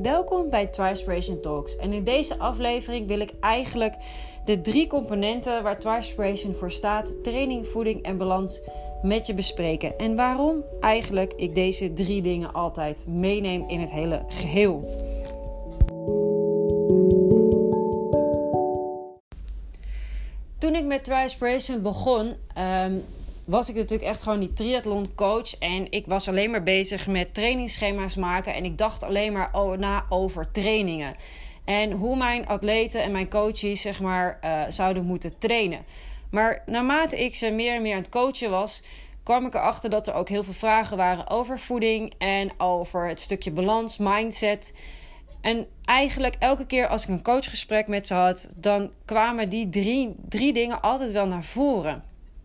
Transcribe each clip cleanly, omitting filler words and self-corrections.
Welkom bij Trispiration Talks en in deze aflevering wil ik eigenlijk de 3 componenten waar Trispiration voor staat, training, voeding en balans, met je bespreken. En waarom eigenlijk ik deze 3 dingen altijd meeneem in het hele geheel. Toen ik met Trispiration begon, was ik natuurlijk echt gewoon die triathlon coach. En ik was alleen maar bezig met trainingsschema's maken. En ik dacht alleen maar over trainingen. En hoe mijn atleten en mijn coaches zouden moeten trainen. Maar naarmate ik ze meer en meer aan het coachen was, kwam ik erachter dat er ook heel veel vragen waren over voeding. En over het stukje balans, mindset. En eigenlijk elke keer als ik een coachgesprek met ze had, dan kwamen die drie dingen altijd wel naar voren.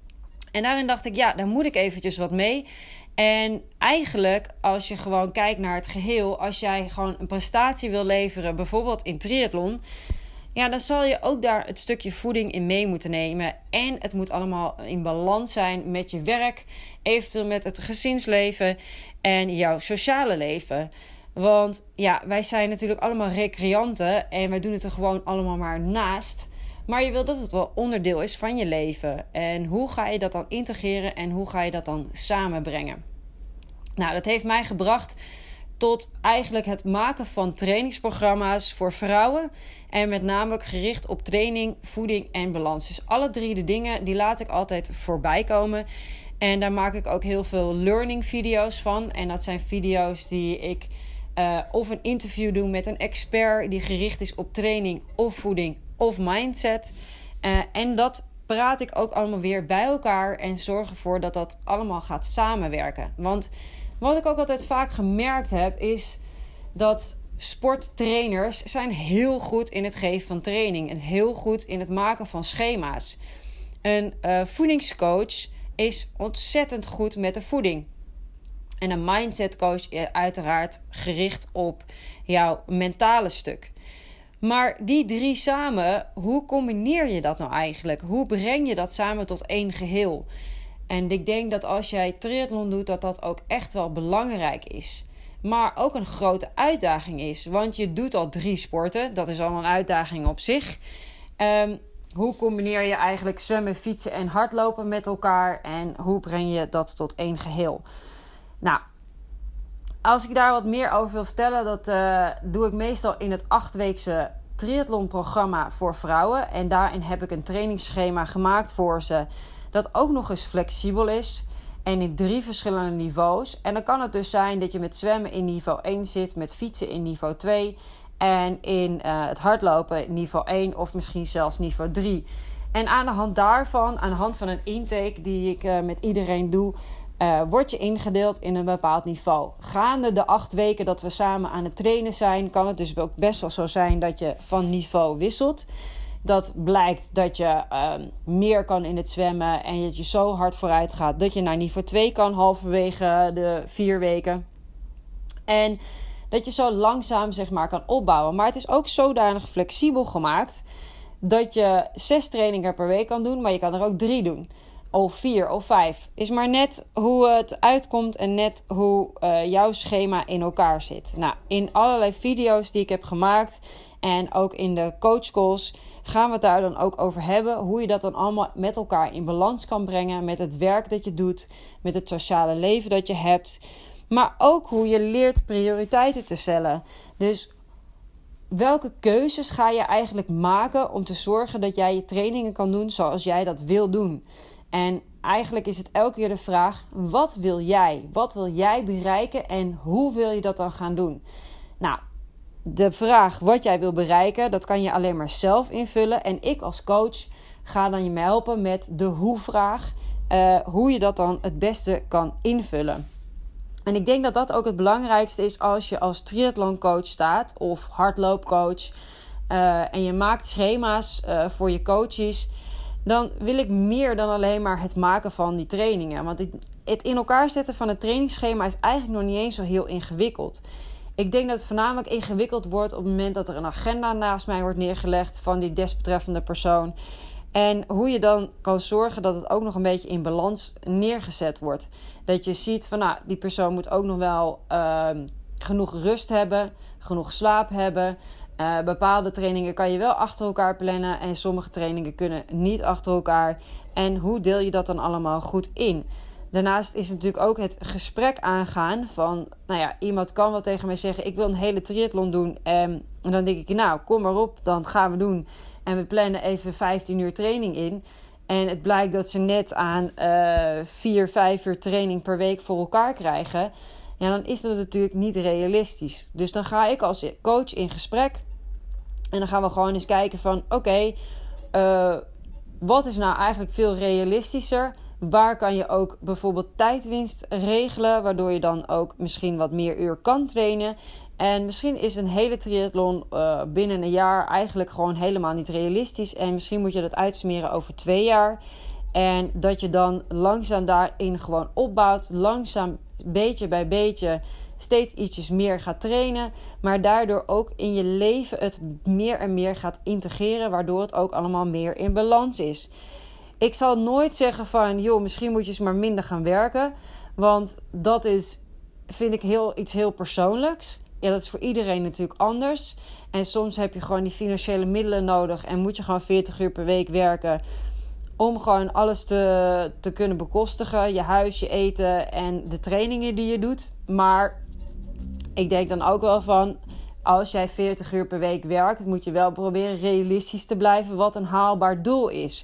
En daarin dacht ik, ja, daar moet ik eventjes wat mee. En eigenlijk, als je gewoon kijkt naar het geheel, als jij gewoon een prestatie wil leveren, bijvoorbeeld in triathlon, ja, dan zal je ook daar het stukje voeding in mee moeten nemen. En het moet allemaal in balans zijn met je werk, eventueel met het gezinsleven en jouw sociale leven. Want ja, wij zijn natuurlijk allemaal recreanten en wij doen het er gewoon allemaal maar naast. Maar je wil dat het wel onderdeel is van je leven. En hoe ga je dat dan integreren en hoe ga je dat dan samenbrengen? Nou, dat heeft mij gebracht tot eigenlijk het maken van trainingsprogramma's voor vrouwen. En met name gericht op training, voeding en balans. Dus alle 3 de dingen, die laat ik altijd voorbij komen. En daar maak ik ook heel veel learning video's van. En dat zijn video's die ik of een interview doe met een expert die gericht is op training of voeding of mindset. En dat praat ik ook allemaal weer bij elkaar en zorg ervoor dat dat allemaal gaat samenwerken. Want wat ik ook altijd vaak gemerkt heb, is dat sporttrainers zijn heel goed in het geven van training en heel goed in het maken van schema's. Een voedingscoach is ontzettend goed met de voeding. En een mindsetcoach uiteraard gericht op jouw mentale stuk. Maar die 3 samen, hoe combineer je dat nou eigenlijk? Hoe breng je dat samen tot één geheel? En ik denk dat als jij triathlon doet, dat dat ook echt wel belangrijk is. Maar ook een grote uitdaging is. Want je doet al 3 sporten. Dat is al een uitdaging op zich. Hoe combineer je eigenlijk zwemmen, fietsen en hardlopen met elkaar? En hoe breng je dat tot één geheel? Nou, als ik daar wat meer over wil vertellen, dat doe ik meestal in het 8-weekse triathlonprogramma voor vrouwen. En daarin heb ik een trainingsschema gemaakt voor ze, dat ook nog eens flexibel is. En in 3 verschillende niveaus. En dan kan het dus zijn dat je met zwemmen in niveau 1 zit, met fietsen in niveau 2... en in het hardlopen niveau 1 of misschien zelfs niveau 3. En aan de hand daarvan, aan de hand van een intake die ik met iedereen doe, word je ingedeeld in een bepaald niveau. Gaande de 8 weken dat we samen aan het trainen zijn, kan het dus ook best wel zo zijn dat je van niveau wisselt. Dat blijkt dat je meer kan in het zwemmen en dat je zo hard vooruit gaat dat je naar niveau 2 kan halverwege de 4 weken. En dat je zo langzaam kan opbouwen. Maar het is ook zodanig flexibel gemaakt dat je 6 trainingen per week kan doen, maar je kan er ook 3 doen. Of 4 of 5. Is maar net hoe het uitkomt en net hoe jouw schema in elkaar zit. Nou, in allerlei video's die ik heb gemaakt en ook in de coachcalls gaan we het daar dan ook over hebben. Hoe je dat dan allemaal met elkaar in balans kan brengen. Met het werk dat je doet. Met het sociale leven dat je hebt. Maar ook hoe je leert prioriteiten te stellen. Dus welke keuzes ga je eigenlijk maken om te zorgen dat jij je trainingen kan doen zoals jij dat wil doen? En eigenlijk is het elke keer de vraag, wat wil jij? Wat wil jij bereiken en hoe wil je dat dan gaan doen? Nou, de vraag wat jij wil bereiken, dat kan je alleen maar zelf invullen. En ik als coach ga dan je helpen met de hoe-vraag. Hoe je dat dan het beste kan invullen. En ik denk dat dat ook het belangrijkste is als je als triathloncoach staat of hardloopcoach. En je maakt schema's voor je coaches. Dan wil ik meer dan alleen maar het maken van die trainingen. Want het in elkaar zetten van het trainingsschema is eigenlijk nog niet eens zo heel ingewikkeld. Ik denk dat het voornamelijk ingewikkeld wordt op het moment dat er een agenda naast mij wordt neergelegd van die desbetreffende persoon. En hoe je dan kan zorgen dat het ook nog een beetje in balans neergezet wordt. Dat je ziet van die persoon moet ook nog wel genoeg rust hebben, genoeg slaap hebben. Bepaalde trainingen kan je wel achter elkaar plannen en sommige trainingen kunnen niet achter elkaar. En hoe deel je dat dan allemaal goed in? Daarnaast is het natuurlijk ook het gesprek aangaan van, iemand kan wel tegen mij zeggen, ik wil een hele triathlon doen. En dan denk ik, kom maar op, dan gaan we doen. En we plannen even 15 uur training in. En het blijkt dat ze net aan 4-5 uur training per week voor elkaar krijgen. Ja, dan is dat natuurlijk niet realistisch. Dus dan ga ik als coach in gesprek. En dan gaan we gewoon eens kijken van, wat is nou eigenlijk veel realistischer? Waar kan je ook bijvoorbeeld tijdwinst regelen, waardoor je dan ook misschien wat meer uur kan trainen. En misschien is een hele triathlon binnen een jaar eigenlijk gewoon helemaal niet realistisch. En misschien moet je dat uitsmeren over 2 jaar. En dat je dan langzaam daarin gewoon opbouwt. Langzaam, beetje bij beetje, steeds ietsjes meer gaat trainen. Maar daardoor ook in je leven het meer en meer gaat integreren. Waardoor het ook allemaal meer in balans is. Ik zal nooit zeggen van, misschien moet je eens maar minder gaan werken. Want dat is, vind ik, iets heel persoonlijks. Ja, dat is voor iedereen natuurlijk anders. En soms heb je gewoon die financiële middelen nodig. En moet je gewoon 40 uur per week werken. Om gewoon alles te kunnen bekostigen. Je huis, je eten en de trainingen die je doet. Maar ik denk dan ook wel van, als jij 40 uur per week werkt, moet je wel proberen realistisch te blijven wat een haalbaar doel is.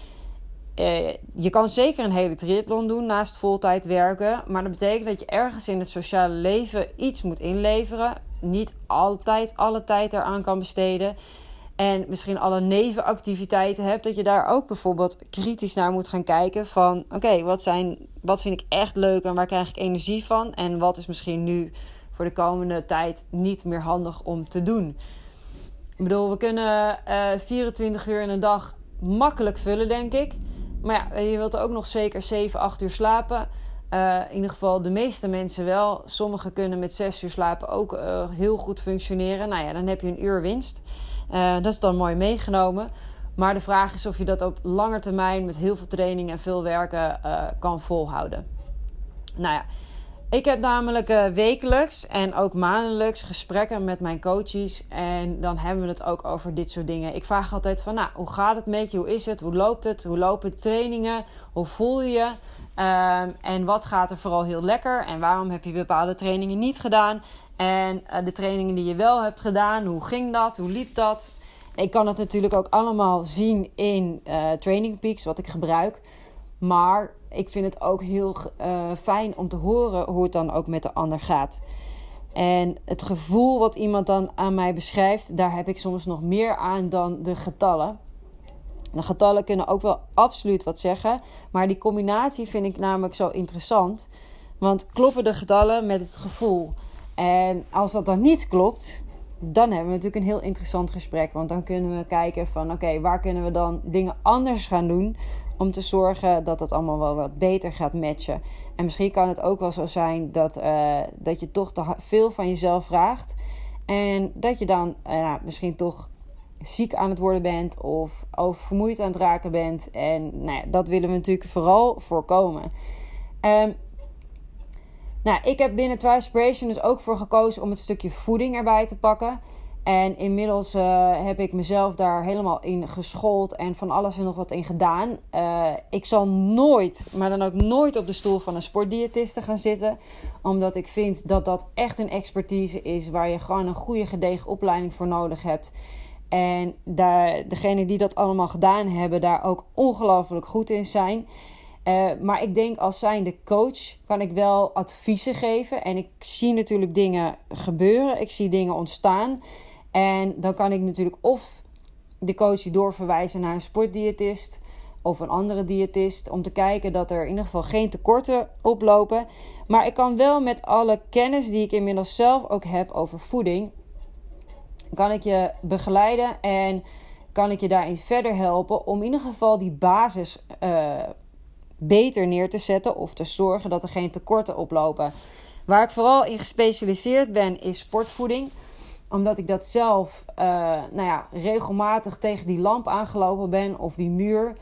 Je kan zeker een hele triathlon doen naast voltijd werken. Maar dat betekent dat je ergens in het sociale leven iets moet inleveren. Niet altijd alle tijd eraan kan besteden. En misschien alle nevenactiviteiten hebt. Dat je daar ook bijvoorbeeld kritisch naar moet gaan kijken. Van wat vind ik echt leuk en waar krijg ik energie van? En wat is misschien nu voor de komende tijd niet meer handig om te doen? Ik bedoel, we kunnen 24 uur in een dag makkelijk vullen, denk ik. Maar je wilt ook nog zeker 7-8 uur slapen. In ieder geval de meeste mensen wel. Sommigen kunnen met 6 uur slapen ook heel goed functioneren. Dan heb je een uur winst. Dat is dan mooi meegenomen. Maar de vraag is of je dat op lange termijn met heel veel training en veel werken kan volhouden. Ik heb namelijk wekelijks en ook maandelijks gesprekken met mijn coaches. En dan hebben we het ook over dit soort dingen. Ik vraag altijd van, hoe gaat het met je? Hoe is het? Hoe loopt het? Hoe lopen de trainingen? Hoe voel je je? En wat gaat er vooral heel lekker? En waarom heb je bepaalde trainingen niet gedaan? En de trainingen die je wel hebt gedaan, hoe ging dat? Hoe liep dat? Ik kan het natuurlijk ook allemaal zien in Training Peaks, wat ik gebruik. Maar ik vind het ook heel fijn om te horen hoe het dan ook met de ander gaat. En het gevoel wat iemand dan aan mij beschrijft, daar heb ik soms nog meer aan dan de getallen. De getallen kunnen ook wel absoluut wat zeggen. Maar die combinatie vind ik namelijk zo interessant. Want kloppen de getallen met het gevoel? En als dat dan niet klopt, dan hebben we natuurlijk een heel interessant gesprek. Want dan kunnen we kijken van, waar kunnen we dan dingen anders gaan doen om te zorgen dat het allemaal wel wat beter gaat matchen. En misschien kan het ook wel zo zijn dat je toch te veel van jezelf vraagt. En dat je dan misschien toch ziek aan het worden bent of oververmoeid aan het raken bent. En dat willen we natuurlijk vooral voorkomen. Ik heb binnen Trispiration dus ook voor gekozen om het stukje voeding erbij te pakken. En inmiddels heb ik mezelf daar helemaal in geschoold en van alles en nog wat in gedaan. Ik zal nooit, maar dan ook nooit op de stoel van een sportdiëtiste gaan zitten. Omdat ik vind dat dat echt een expertise is waar je gewoon een goede gedegen opleiding voor nodig hebt. En degenen die dat allemaal gedaan hebben, daar ook ongelooflijk goed in zijn. Maar ik denk als zijnde coach kan ik wel adviezen geven. En ik zie natuurlijk dingen gebeuren. Ik zie dingen ontstaan. En dan kan ik natuurlijk of de coach doorverwijzen naar een sportdiëtist of een andere diëtist. Om te kijken dat er in ieder geval geen tekorten oplopen. Maar ik kan wel met alle kennis die ik inmiddels zelf ook heb over voeding, kan ik je begeleiden en kan ik je daarin verder helpen om in ieder geval die basis beter neer te zetten of te zorgen dat er geen tekorten oplopen. Waar ik vooral in gespecialiseerd ben is sportvoeding. Omdat ik dat zelf regelmatig tegen die lamp aangelopen ben of die muur.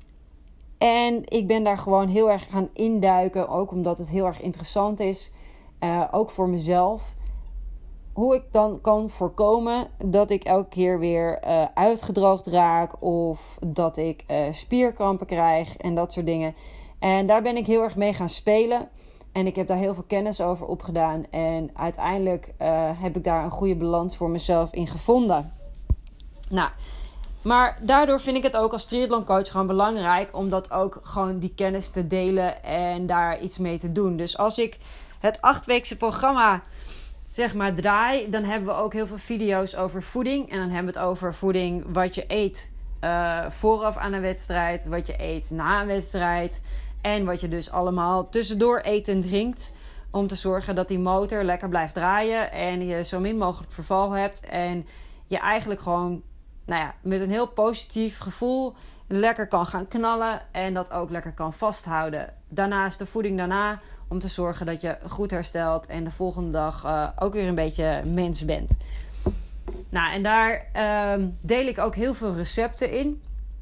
En ik ben daar gewoon heel erg gaan induiken. Ook omdat het heel erg interessant is. Ook voor mezelf. Hoe ik dan kan voorkomen dat ik elke keer weer uitgedroogd raak. Of dat ik spierkrampen krijg en dat soort dingen. En daar ben ik heel erg mee gaan spelen. En ik heb daar heel veel kennis over opgedaan. En uiteindelijk heb ik daar een goede balans voor mezelf in gevonden. Nou, maar daardoor vind ik het ook als triathloncoach gewoon belangrijk om dat ook gewoon die kennis te delen en daar iets mee te doen. Dus als ik het 8-weekse programma zeg maar draai, dan hebben we ook heel veel video's over voeding. En dan hebben we het over voeding, wat je eet vooraf aan een wedstrijd, wat je eet na een wedstrijd. En wat je dus allemaal tussendoor eet en drinkt. Om te zorgen dat die motor lekker blijft draaien. En je zo min mogelijk verval hebt. En je eigenlijk gewoon met een heel positief gevoel lekker kan gaan knallen. En dat ook lekker kan vasthouden. Daarnaast de voeding daarna. Om te zorgen dat je goed herstelt. En de volgende dag ook weer een beetje mens bent. Nou, en daar deel ik ook heel veel recepten in.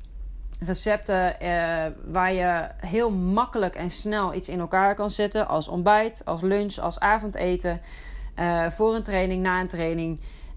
Recepten waar je heel makkelijk en snel iets in elkaar kan zetten. Als ontbijt, als lunch, als avondeten. Voor een training, na een training.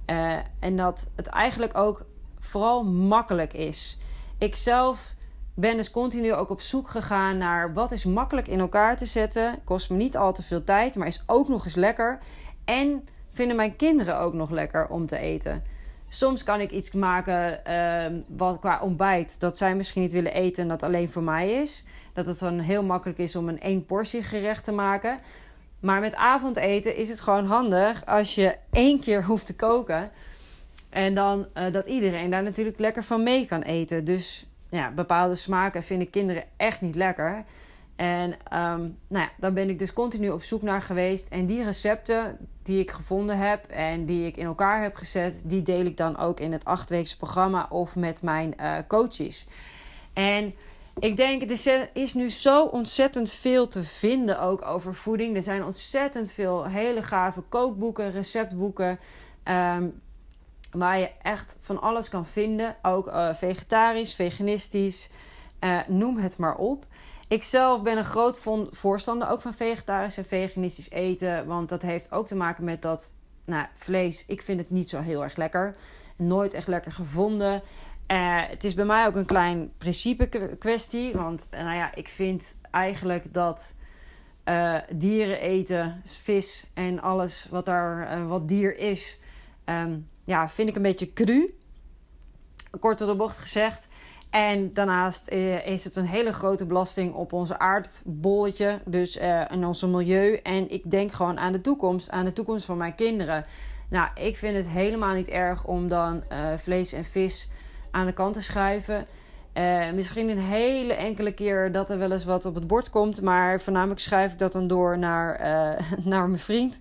En dat het eigenlijk ook vooral makkelijk is. Ik zelf ben dus continu ook op zoek gegaan naar wat is makkelijk in elkaar te zetten. Kost me niet al te veel tijd, maar is ook nog eens lekker. En vinden mijn kinderen ook nog lekker om te eten. Soms kan ik iets maken wat qua ontbijt dat zij misschien niet willen eten en dat alleen voor mij is. Dat het dan heel makkelijk is om een 1 portie gerecht te maken. Maar met avondeten is het gewoon handig als je 1 keer hoeft te koken. En dan dat iedereen daar natuurlijk lekker van mee kan eten. Dus bepaalde smaken vinden kinderen echt niet lekker. En daar ben ik dus continu op zoek naar geweest. En die recepten die ik gevonden heb en die ik in elkaar heb gezet, die deel ik dan ook in het 8-weekse programma of met mijn coaches. En ik denk, er is nu zo ontzettend veel te vinden ook over voeding. Er zijn ontzettend veel hele gave kookboeken, receptboeken, waar je echt van alles kan vinden. Ook vegetarisch, veganistisch, noem het maar op. Ik zelf ben een groot voorstander ook van vegetarisch en veganistisch eten. Want dat heeft ook te maken met dat vlees. Ik vind het niet zo heel erg lekker. Nooit echt lekker gevonden. Het is bij mij ook een klein principe kwestie. Want ik vind eigenlijk dat dieren eten, vis en alles wat dier is, vind ik een beetje cru. Kort door de bocht gezegd. En daarnaast is het een hele grote belasting op onze aardbolletje. Dus in ons milieu. En ik denk gewoon aan de toekomst van mijn kinderen. Nou, ik vind het helemaal niet erg om dan vlees en vis aan de kant te schuiven. Misschien een hele enkele keer dat er wel eens wat op het bord komt. Maar voornamelijk schuif ik dat dan door naar mijn vriend.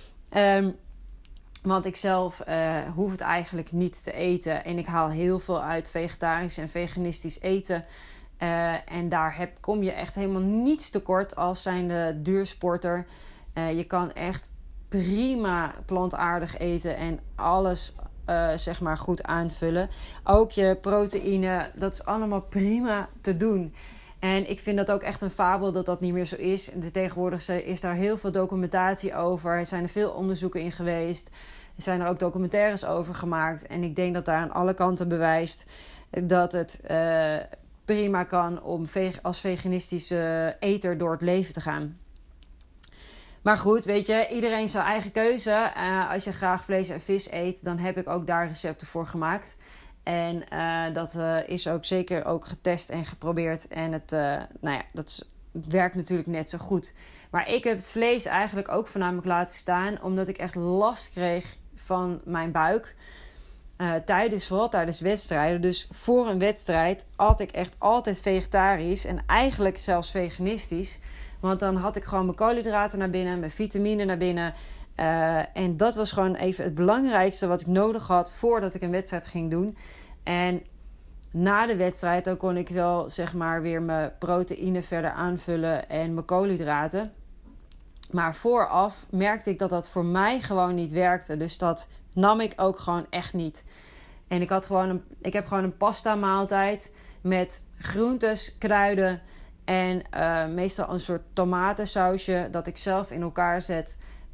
Want ik zelf hoef het eigenlijk niet te eten. En ik haal heel veel uit vegetarisch en veganistisch eten. En daar kom je echt helemaal niets tekort als zijnde duursporter. Je kan echt prima plantaardig eten en alles goed aanvullen. Ook je proteïne, dat is allemaal prima te doen. En ik vind dat ook echt een fabel dat dat niet meer zo is. Tegenwoordig is daar heel veel documentatie over. Er zijn er veel onderzoeken in geweest. Er zijn er ook documentaires over gemaakt. En ik denk dat daar aan alle kanten bewijst dat het prima kan om als veganistische eter door het leven te gaan. Maar goed, weet je, iedereen zijn eigen keuze. Als je graag vlees en vis eet, dan heb ik ook daar recepten voor gemaakt. En dat is ook zeker ook getest en geprobeerd. En dat werkt natuurlijk net zo goed. Maar ik heb het vlees eigenlijk ook voornamelijk laten staan, omdat ik echt last kreeg van mijn buik. Vooral tijdens wedstrijden. Dus voor een wedstrijd at ik echt altijd vegetarisch. En eigenlijk zelfs veganistisch. Want dan had ik gewoon mijn koolhydraten naar binnen, mijn vitamine naar binnen. En dat was gewoon even het belangrijkste wat ik nodig had voordat ik een wedstrijd ging doen. En na de wedstrijd dan kon ik wel weer mijn proteïne verder aanvullen en mijn koolhydraten. Maar vooraf merkte ik dat dat voor mij gewoon niet werkte. Dus dat nam ik ook gewoon echt niet. En ik heb gewoon een pasta maaltijd met groentes, kruiden en meestal een soort tomatensausje dat ik zelf in elkaar zet.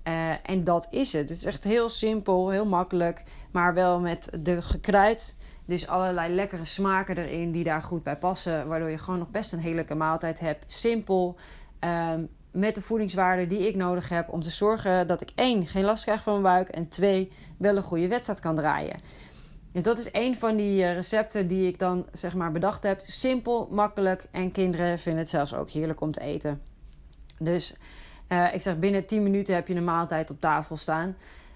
En dat is het. Het is echt heel simpel, heel makkelijk, maar wel met de gekruid. Dus allerlei lekkere smaken erin die daar goed bij passen. Waardoor je gewoon nog best een heerlijke maaltijd hebt. Simpel, met de voedingswaarden die ik nodig heb om te zorgen dat ik 1, geen last krijg van mijn buik. En 2, wel een goede wedstrijd kan draaien. Dus dat is een van die recepten die ik dan zeg maar bedacht heb. Simpel, makkelijk en kinderen vinden het zelfs ook heerlijk om te eten. Dus ik zeg binnen 10 minuten heb je een maaltijd op tafel staan.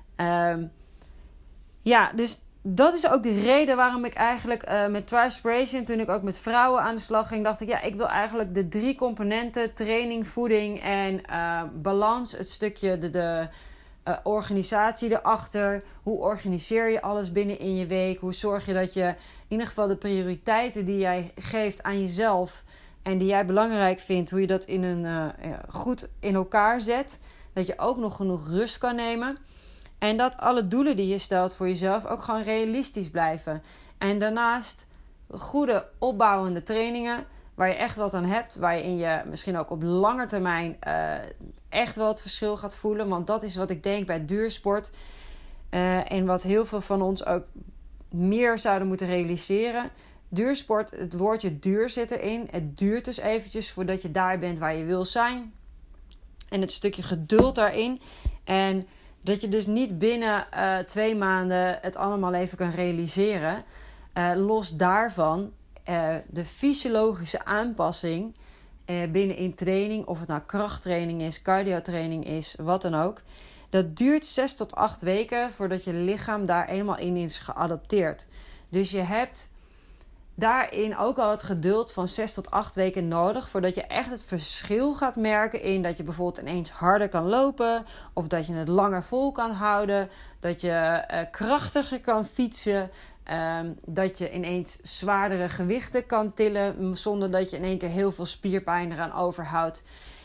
Dus dat is ook de reden waarom ik eigenlijk met Trispiration, toen ik ook met vrouwen aan de slag ging, dacht ik, ik wil eigenlijk de 3 componenten, training, voeding en balans, het stukje de organisatie erachter. Hoe organiseer je alles binnen in je week? Hoe zorg je dat je in ieder geval de prioriteiten die jij geeft aan jezelf en die jij belangrijk vindt, hoe je dat goed in elkaar zet. Dat je ook nog genoeg rust kan nemen. En dat alle doelen die je stelt voor jezelf ook gewoon realistisch blijven. En daarnaast goede opbouwende trainingen waar je echt wat aan hebt. Waarin je misschien ook op lange termijn echt wel het verschil gaat voelen. Want dat is wat ik denk bij duursport. En wat heel veel van ons ook meer zouden moeten realiseren. Duursport, het woordje duur zit erin. Het duurt dus eventjes voordat je daar bent waar je wil zijn. En het stukje geduld daarin. En dat je dus niet binnen 2 maanden het allemaal even kan realiseren. Los daarvan, de fysiologische aanpassing binnen in training, of het nou krachttraining is, cardiotraining is, wat dan ook. Dat duurt 6 tot 8 weken voordat je lichaam daar eenmaal in is geadapteerd. Dus je hebt daarin ook al het geduld van 6 tot 8 weken nodig voordat je echt het verschil gaat merken in dat je bijvoorbeeld ineens harder kan lopen of dat je het langer vol kan houden, dat je krachtiger kan fietsen, dat je ineens zwaardere gewichten kan tillen zonder dat je in één keer heel veel spierpijn eraan overhoudt.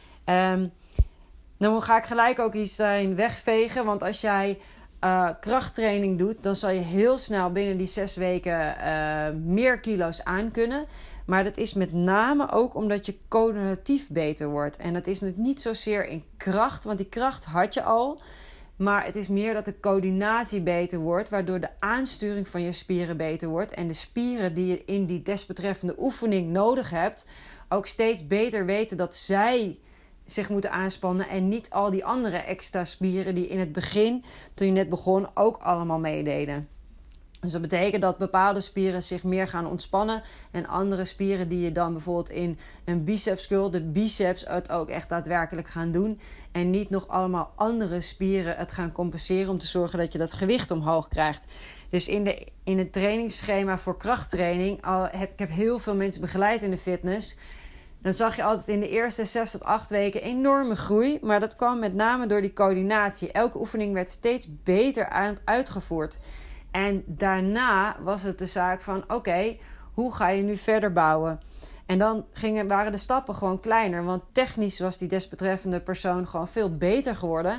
Dan ga ik gelijk ook iets daarin wegvegen, want als jij krachttraining doet, dan zal je heel snel binnen die 6 weken meer kilo's aankunnen. Maar dat is met name ook omdat je coördinatief beter wordt. En dat is niet zozeer in kracht, want die kracht had je al. Maar het is meer dat de coördinatie beter wordt, waardoor de aansturing van je spieren beter wordt. En de spieren die je in die desbetreffende oefening nodig hebt, ook steeds beter weten dat zij zich moeten aanspannen en niet al die andere extra spieren die in het begin, toen je net begon, ook allemaal meededen. Dus dat betekent dat bepaalde spieren zich meer gaan ontspannen en andere spieren die je dan bijvoorbeeld in een biceps curl, de biceps, het ook echt daadwerkelijk gaan doen en niet nog allemaal andere spieren het gaan compenseren om te zorgen dat je dat gewicht omhoog krijgt. Dus in het trainingsschema voor krachttraining, ik heb heel veel mensen begeleid in de fitness. Dan zag je altijd in de eerste 6 tot 8 weken enorme groei. Maar dat kwam met name door die coördinatie. Elke oefening werd steeds beter uitgevoerd. En daarna was het de zaak van oké, hoe ga je nu verder bouwen? En dan waren de stappen gewoon kleiner. Want technisch was die desbetreffende persoon gewoon veel beter geworden.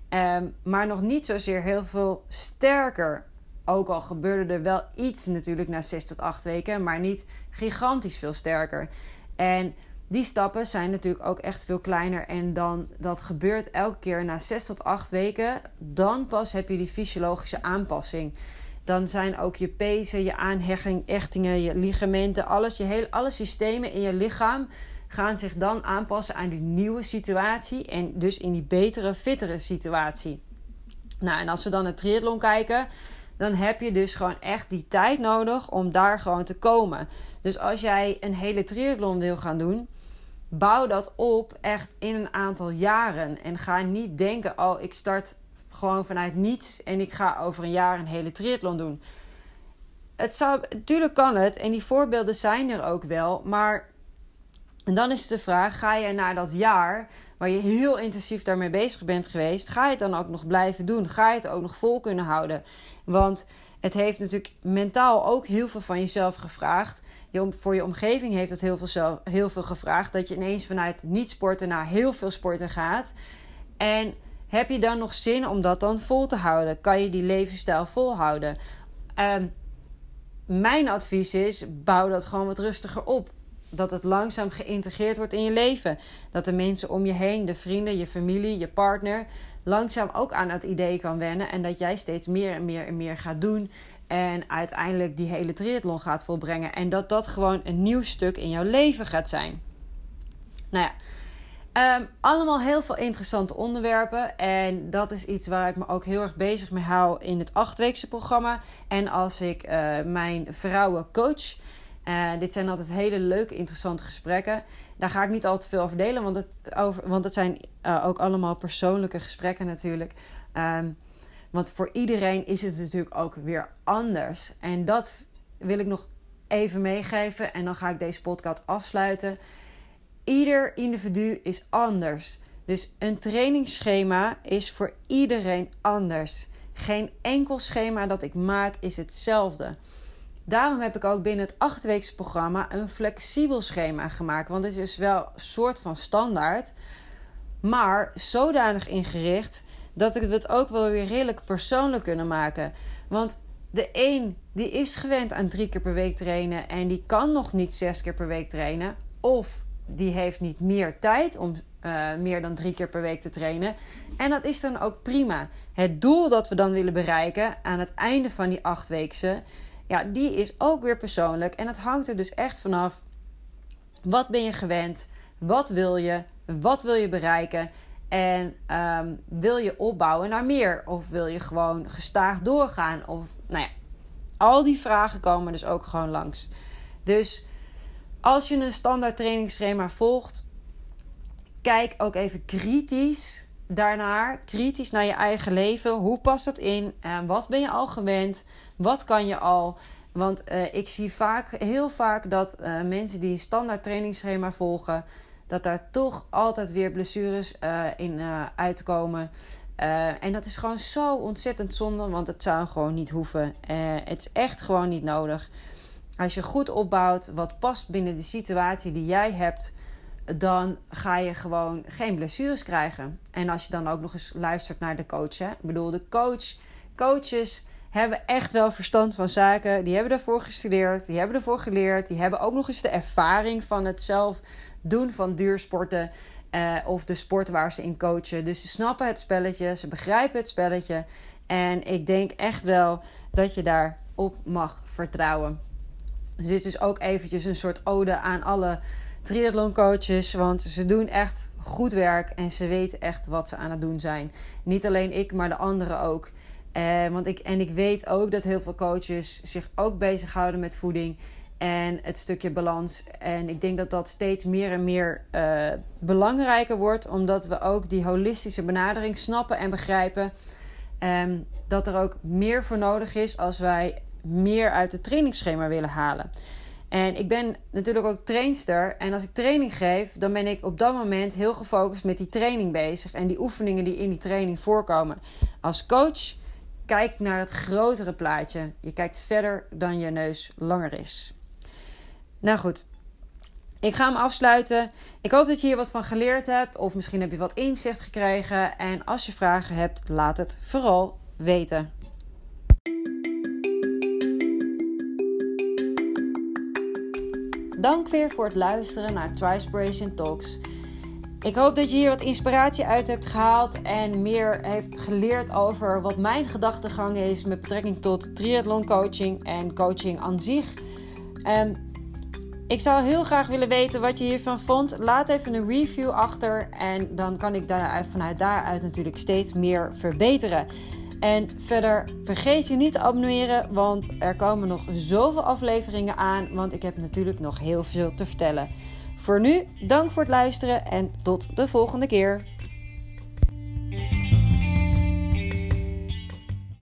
Maar nog niet zozeer heel veel sterker. Ook al gebeurde er wel iets natuurlijk na 6 tot 8 weken. Maar niet gigantisch veel sterker. En die stappen zijn natuurlijk ook echt veel kleiner. En dan dat gebeurt elke keer na 6 tot 8 weken. Dan pas heb je die fysiologische aanpassing. Dan zijn ook je pezen, je aanhechtingen, je ligamenten, alle systemen in je lichaam gaan zich dan aanpassen aan die nieuwe situatie. En dus in die betere, fittere situatie. Nou, en als we dan naar triathlon kijken, dan heb je dus gewoon echt die tijd nodig om daar gewoon te komen. Dus als jij een hele triathlon wil gaan doen, bouw dat op echt in een aantal jaren. En ga niet denken, ik start gewoon vanuit niets en ik ga over een jaar een hele triathlon doen. Natuurlijk kan het en die voorbeelden zijn er ook wel, maar en dan is de vraag, ga je na dat jaar waar je heel intensief daarmee bezig bent geweest, ga je het dan ook nog blijven doen? Ga je het ook nog vol kunnen houden? Want het heeft natuurlijk mentaal ook heel veel van jezelf gevraagd. Voor je omgeving heeft het heel veel gevraagd. Dat je ineens vanuit niet sporten naar heel veel sporten gaat. En heb je dan nog zin om dat dan vol te houden? Kan je die levensstijl volhouden? Mijn advies is, bouw dat gewoon wat rustiger op. dat het langzaam geïntegreerd wordt in je leven. Dat de mensen om je heen, de vrienden, je familie, je partner, langzaam ook aan het idee kan wennen. En dat jij steeds meer en meer en meer gaat doen. En uiteindelijk die hele triathlon gaat volbrengen. En dat dat gewoon een nieuw stuk in jouw leven gaat zijn. Nou ja. Allemaal heel veel interessante onderwerpen. En dat is iets waar ik me ook heel erg bezig mee hou in het 8-weekse programma. En als ik mijn vrouwen coach. Dit zijn altijd hele leuke, interessante gesprekken. Daar ga ik niet al te veel over delen. Want het zijn ook allemaal persoonlijke gesprekken natuurlijk. Want voor iedereen is het natuurlijk ook weer anders. En dat wil ik nog even meegeven. En dan ga ik deze podcast afsluiten. Ieder individu is anders. Dus een trainingsschema is voor iedereen anders. Geen enkel schema dat ik maak is hetzelfde. Daarom heb ik ook binnen het 8-weekse programma een flexibel schema gemaakt. Want het is wel een soort van standaard. Maar zodanig ingericht dat ik het ook wel weer redelijk persoonlijk kunnen maken. Want de een die is gewend aan 3 keer per week trainen. En die kan nog niet 6 keer per week trainen. Of die heeft niet meer tijd om meer dan 3 keer per week te trainen. En dat is dan ook prima. Het doel dat we dan willen bereiken aan het einde van die 8-weekse... ja, die is ook weer persoonlijk. En het hangt er dus echt vanaf. Wat ben je gewend? Wat wil je? Wat wil je bereiken? En wil je opbouwen naar meer? Of wil je gewoon gestaag doorgaan? Of, nou ja, al die vragen komen dus ook gewoon langs. Dus als je een standaard trainingsschema volgt, kijk ook even kritisch daarnaar. Kritisch naar je eigen leven. Hoe past dat in? Wat ben je al gewend? Wat kan je al? Want ik zie heel vaak dat mensen die een standaard trainingsschema volgen, dat daar toch altijd weer blessures in uitkomen. En dat is gewoon zo ontzettend zonde, want het zou gewoon niet hoeven. Het is echt gewoon niet nodig. Als je goed opbouwt, wat past binnen de situatie die jij hebt, dan ga je gewoon geen blessures krijgen. En als je dan ook nog eens luistert naar de coach. Hè? Ik bedoel, coaches hebben echt wel verstand van zaken. Die hebben ervoor gestudeerd, die hebben ervoor geleerd. Die hebben ook nog eens de ervaring van het zelf doen van duursporten. Of de sport waar ze in coachen. Dus ze snappen het spelletje, ze begrijpen het spelletje. En ik denk echt wel dat je daarop mag vertrouwen. Dus dit is ook eventjes een soort ode aan alle triathloncoaches. Want ze doen echt goed werk en ze weten echt wat ze aan het doen zijn. Niet alleen ik, maar de anderen ook. Ik weet ook dat heel veel coaches zich ook bezighouden met voeding en het stukje balans. En ik denk dat dat steeds meer en meer belangrijker wordt. Omdat we ook die holistische benadering snappen en begrijpen. Dat er ook meer voor nodig is als wij meer uit het trainingsschema willen halen. En ik ben natuurlijk ook trainster. En als ik training geef, dan ben ik op dat moment heel gefocust met die training bezig. En die oefeningen die in die training voorkomen. Als coach kijk ik naar het grotere plaatje. Je kijkt verder dan je neus langer is. Nou goed, ik ga hem afsluiten. Ik hoop dat je hier wat van geleerd hebt. Of misschien heb je wat inzicht gekregen. En als je vragen hebt, laat het vooral weten. Dank weer voor het luisteren naar Trispiration Talks. Ik hoop dat je hier wat inspiratie uit hebt gehaald en meer heeft geleerd over wat mijn gedachtegang is met betrekking tot triathlon coaching en coaching aan zich. Ik zou heel graag willen weten wat je hiervan vond. Laat even een review achter en dan kan ik vanuit daaruit natuurlijk steeds meer verbeteren. En verder vergeet je niet te abonneren, want er komen nog zoveel afleveringen aan. Want ik heb natuurlijk nog heel veel te vertellen. Voor nu, dank voor het luisteren en tot de volgende keer.